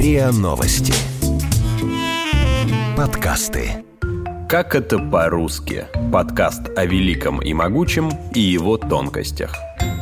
РИА Новости. Подкасты. Как это по-русски? Подкаст о великом и могучем и его тонкостях.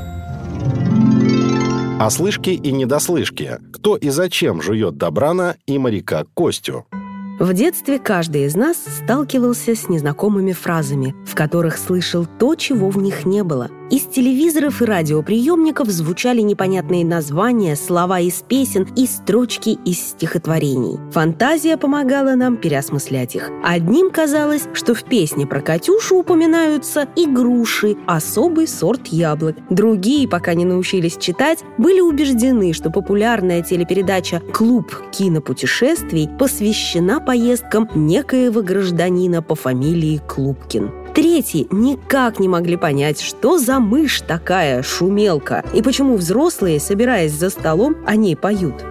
Ослышки и недослышки. Кто и зачем жует Добрана и моряка Костю? В детстве каждый из нас сталкивался с незнакомыми фразами, в которых слышал то, чего в них не было. Из телевизоров и радиоприемников звучали непонятные названия, слова из песен и строчки из стихотворений. Фантазия помогала нам переосмыслять их. Одним казалось, что в песне про Катюшу упоминаются и груши, особый сорт яблок. Другие, пока не научились читать, были убеждены, что популярная телепередача «Клуб кинопутешествий» посвящена поездкам некоего гражданина по фамилии Клубкин. Третьи никак не могли понять, что за мышь такая шумелка и почему взрослые, собираясь за столом, о ней поют.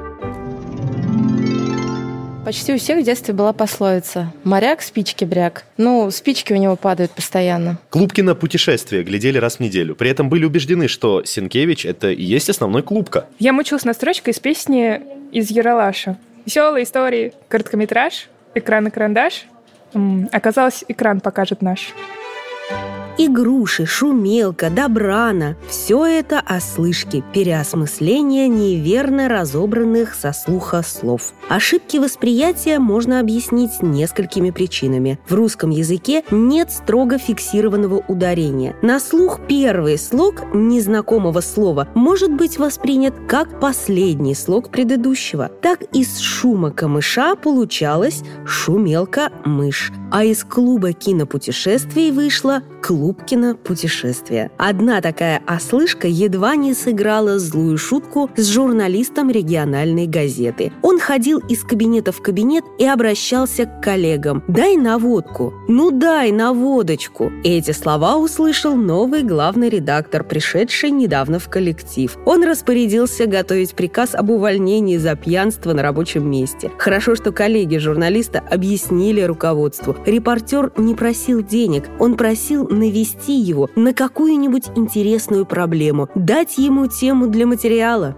Почти у всех в детстве была пословица «Моряк, спички бряк». Спички у него падают постоянно. Клубкино путешествие глядели раз в неделю. При этом были убеждены, что Сенкевич – это и есть основной Клубка. Я мучилась над строчкой из песни из Ералаша. Веселые истории, короткометраж, экран и карандаш. Оказалось, экран покажет наш. И груши, шумелка, добрана – все это ослышки, переосмысление неверно разобранных со слуха слов. Ошибки восприятия можно объяснить несколькими причинами. В русском языке нет строго фиксированного ударения. На слух первый слог незнакомого слова может быть воспринят как последний слог предыдущего. Так из шума камыша получалось шумелка-мышь, а из клуба кинопутешествий вышло Клубкино путешествие. Одна такая ослышка едва не сыграла злую шутку с журналистом региональной газеты. Он ходил из кабинета в кабинет и обращался к коллегам: «Дай наводку! Дай наводочку!» Эти слова услышал новый главный редактор, пришедший недавно в коллектив. Он распорядился готовить приказ об увольнении за пьянство на рабочем месте. Хорошо, что коллеги журналиста объяснили руководству. Репортер не просил денег, он просил навести его на какую-нибудь интересную проблему, дать ему тему для материала.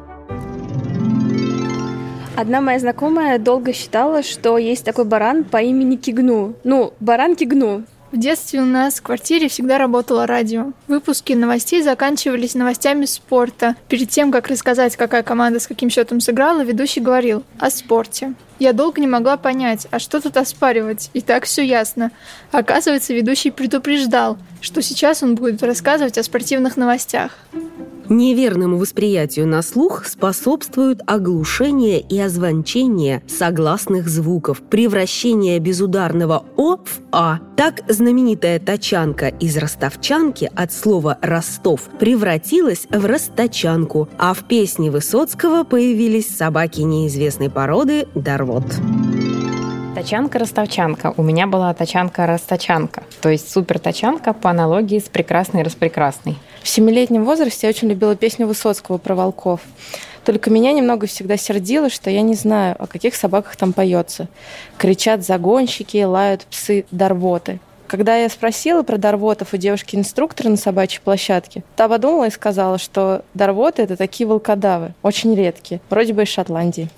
Одна моя знакомая долго считала, что есть такой баран по имени Кигну. Баран Кигну. В детстве у нас в квартире всегда работало радио. Выпуски новостей заканчивались новостями спорта. Перед тем, как рассказать, какая команда с каким счетом сыграла, ведущий говорил о спорте. Я долго не могла понять, а что тут оспаривать, и так все ясно. Оказывается, ведущий предупреждал, что сейчас он будет рассказывать о спортивных новостях. Неверному восприятию на слух способствуют оглушение и озвончение согласных звуков, превращение безударного «о» в «а». Так знаменитая тачанка из ростовчанки от слова «Ростов» превратилась в росточанку, а в песне Высоцкого появились собаки неизвестной породы Дарвот. Тачанка-ростовчанка. У меня была тачанка-росточанка, то есть супер-тачанка по аналогии с прекрасной-распрекрасной. В 7-летнем возрасте я очень любила песню Высоцкого про волков. Только меня немного всегда сердило, что я не знаю, о каких собаках там поется. Кричат загонщики, лают псы дарвоты. Когда я спросила про дарвотов у девушки-инструктора на собачьей площадке, та подумала и сказала, что дарвоты – это такие волкодавы, очень редкие, вроде бы из Шотландии.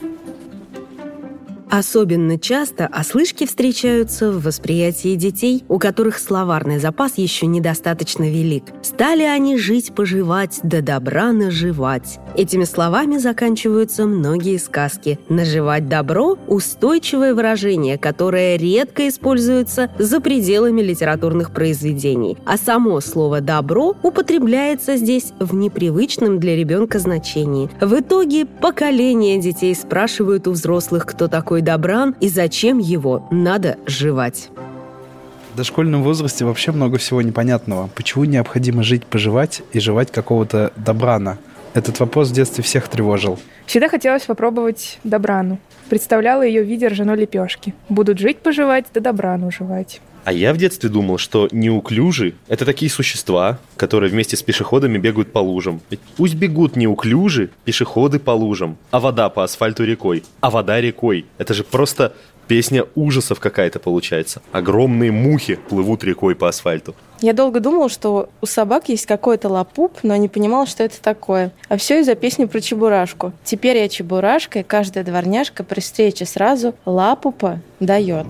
Особенно часто ослышки встречаются в восприятии детей, у которых словарный запас еще недостаточно велик. Стали они жить-поживать, да добра наживать. Этими словами заканчиваются многие сказки. Наживать добро – устойчивое выражение, которое редко используется за пределами литературных произведений. А само слово «добро» употребляется здесь в непривычном для ребенка значении. В итоге поколения детей спрашивают у взрослых, кто такой Добран и зачем его надо жевать. В дошкольном возрасте вообще много всего непонятного. Почему необходимо жить-поживать и жевать какого-то Добрана? Этот вопрос в детстве всех тревожил. Всегда хотелось попробовать Добрану. Представляла ее в виде ржаной лепешки. Будут жить-поживать, да Добрану жевать. А я в детстве думал, что неуклюжи – это такие существа, которые вместе с пешеходами бегают по лужам. Ведь пусть бегут неуклюжи пешеходы по лужам, а вода по асфальту рекой. А вода рекой – это же просто Песня ужасов какая-то получается. Огромные мухи плывут рекой по асфальту. Я долго думала, что у собак есть какой-то лапуп, но не понимала, что это такое. А все из-за песни про Чебурашку. Теперь я Чебурашка, и каждая дворняжка при встрече сразу лапупа дает.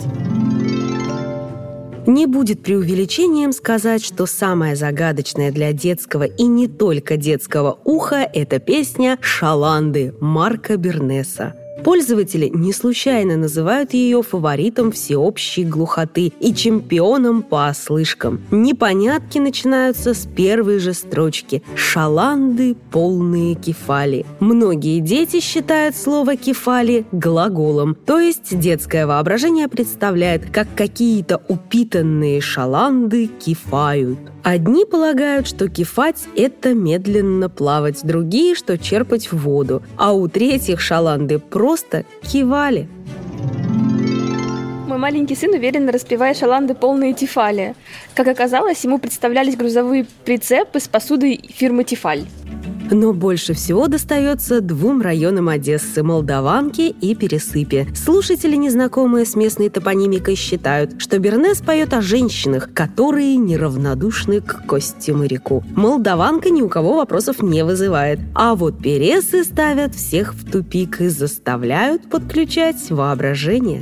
Не будет преувеличением сказать, что самое загадочное для детского и не только детского уха – это песня «Шаланды» Марка Бернеса. Пользователи не случайно называют ее фаворитом всеобщей глухоты и чемпионом по ослышкам. Непонятки начинаются с первой же строчки «Шаланды, полные кефали». Многие дети считают слово «кефали» глаголом, то есть детское воображение представляет, как какие-то упитанные шаланды кефают. Одни полагают, что кефать – это медленно плавать, другие, что черпать воду, а у третьих шаланды просто кивали. Мой маленький сын уверенно распевая шаланды полные Тефали. Как оказалось, ему представлялись грузовые прицепы с посудой фирмы Тефаль. Но больше всего достается двум районам Одессы – Молдаванке и Пересыпе. Слушатели, незнакомые с местной топонимикой, считают, что Бернес поет о женщинах, которые неравнодушны к Косте моряку. Молдаванка ни у кого вопросов не вызывает. А вот Пересы ставят всех в тупик и заставляют подключать воображение.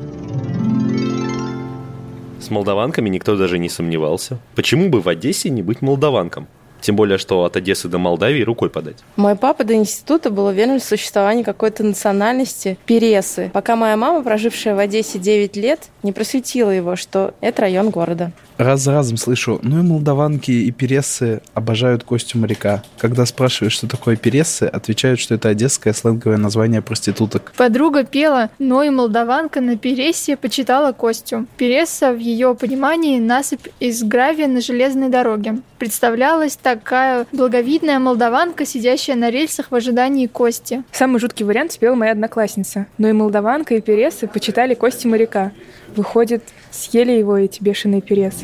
С молдаванками никто даже не сомневался. Почему бы в Одессе не быть молдаванком? Тем более, что от Одессы до Молдавии рукой подать. Мой папа до института был уверен в существовании какой-то национальности пересы, пока моя мама, прожившая в Одессе 9 лет, не просветила его, что это район города. Раз за разом слышу, и молдаванки, и перессы обожают Костю моряка. Когда спрашиваешь, что такое перессы, отвечают, что это одесское сленговое название проституток. Подруга пела, но и молдаванка на перессе почитала Костю. Пересса в ее понимании насыпь из гравия на железной дороге. Представлялась такая благовидная молдаванка, сидящая на рельсах в ожидании Кости. Самый жуткий вариант спела моя одноклассница. Но и молдаванка, и пересы почитали Кости моряка. Выходит, съели его эти бешеные пересы.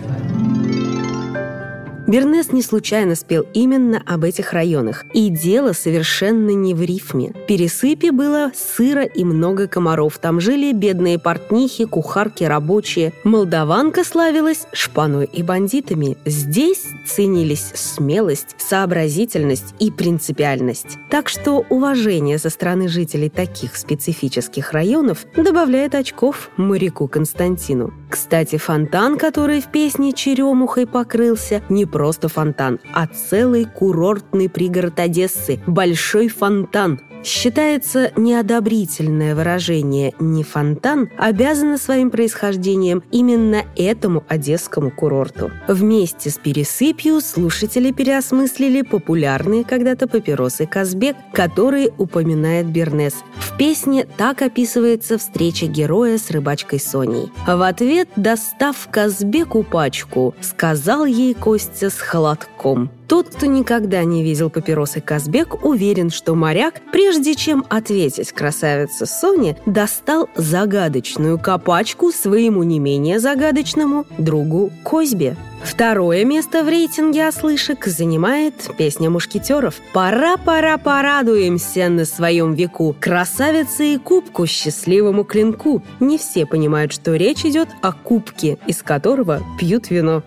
Бернес не случайно спел именно об этих районах. И дело совершенно не в рифме. В Пересыпе было сыро и много комаров. Там жили бедные портнихи, кухарки, рабочие. Молдаванка славилась шпаной и бандитами. Здесь ценились смелость, сообразительность и принципиальность. Так что уважение со стороны жителей таких специфических районов добавляет очков моряку Константину. Кстати, фонтан, который в песне черемухой покрылся, не просто фонтан, а целый курортный пригород Одессы – Большой фонтан. Считается, неодобрительное выражение «не фонтан» обязано своим происхождением именно этому одесскому курорту. Вместе с Пересыпью слушатели переосмыслили популярные когда-то папиросы «Казбек», которые упоминает Бернес. В песне так описывается встреча героя с рыбачкой Соней. В ответ, достав Казбеку пачку, сказал ей Костя с холодком. Тот, кто никогда не видел папиросы «Казбек», уверен, что моряк, прежде чем ответить красавице Соне, достал загадочную копачку своему не менее загадочному другу Козьбе. Второе место в рейтинге ослышек занимает песня «Мушкетеров». «Пора, порадуемся на своем веку, красавице и кубку, счастливому клинку». Не все понимают, что речь идет о кубке, из которого пьют вино.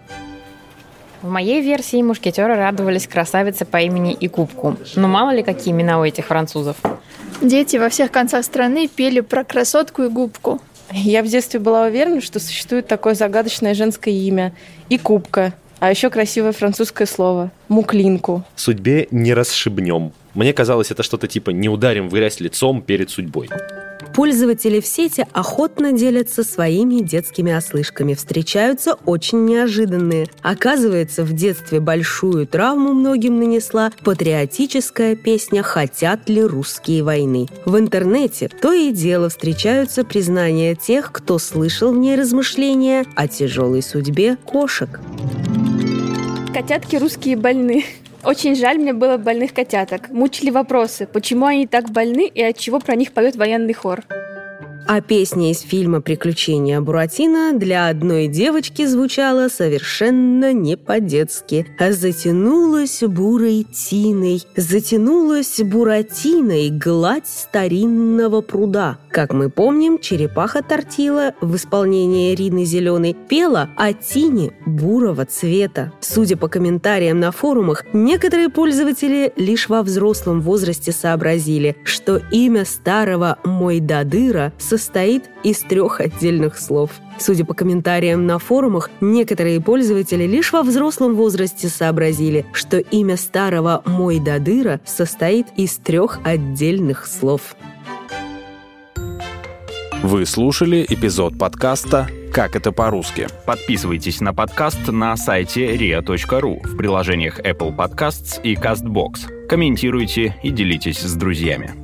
В моей версии мушкетеры радовались красавице по имени и кубку. Но мало ли какие имена у этих французов. Дети во всех концах страны пели про красотку и губку. Я в детстве была уверена, что существует такое загадочное женское имя и кубка. А еще красивое французское слово – муклинку. Судьбе не расшибнем. Мне казалось, это что-то типа «не ударим в грязь лицом перед судьбой». Пользователи в сети охотно делятся своими детскими ослышками. Встречаются очень неожиданные. Оказывается, в детстве большую травму многим нанесла патриотическая песня «Хотят ли русские войны?». В интернете то и дело встречаются признания тех, кто слышал в ней размышления о тяжелой судьбе кошек. Котятки русские больны. Очень жаль мне было больных котяток. Мучили вопросы, почему они так больны и от чего про них поет военный хор. А песня из фильма «Приключения Буратино» для одной девочки звучала совершенно не по-детски. Затянулась бурой тиной, затянулась буратиной гладь старинного пруда. Как мы помним, черепаха Тортила в исполнении Рины Зеленой пела о тине бурого цвета. Судя по комментариям на форумах, некоторые пользователи лишь во взрослом возрасте сообразили, что имя старого Мойдодыра состоит из 3 отдельных слов. Судя по комментариям на форумах, некоторые пользователи лишь во взрослом возрасте сообразили, что имя старого Мойдодыра состоит из 3 отдельных слов. Вы слушали эпизод подкаста «Как это по-русски». Подписывайтесь на подкаст на сайте ria.ru, в приложениях Apple Podcasts и CastBox. Комментируйте и делитесь с друзьями.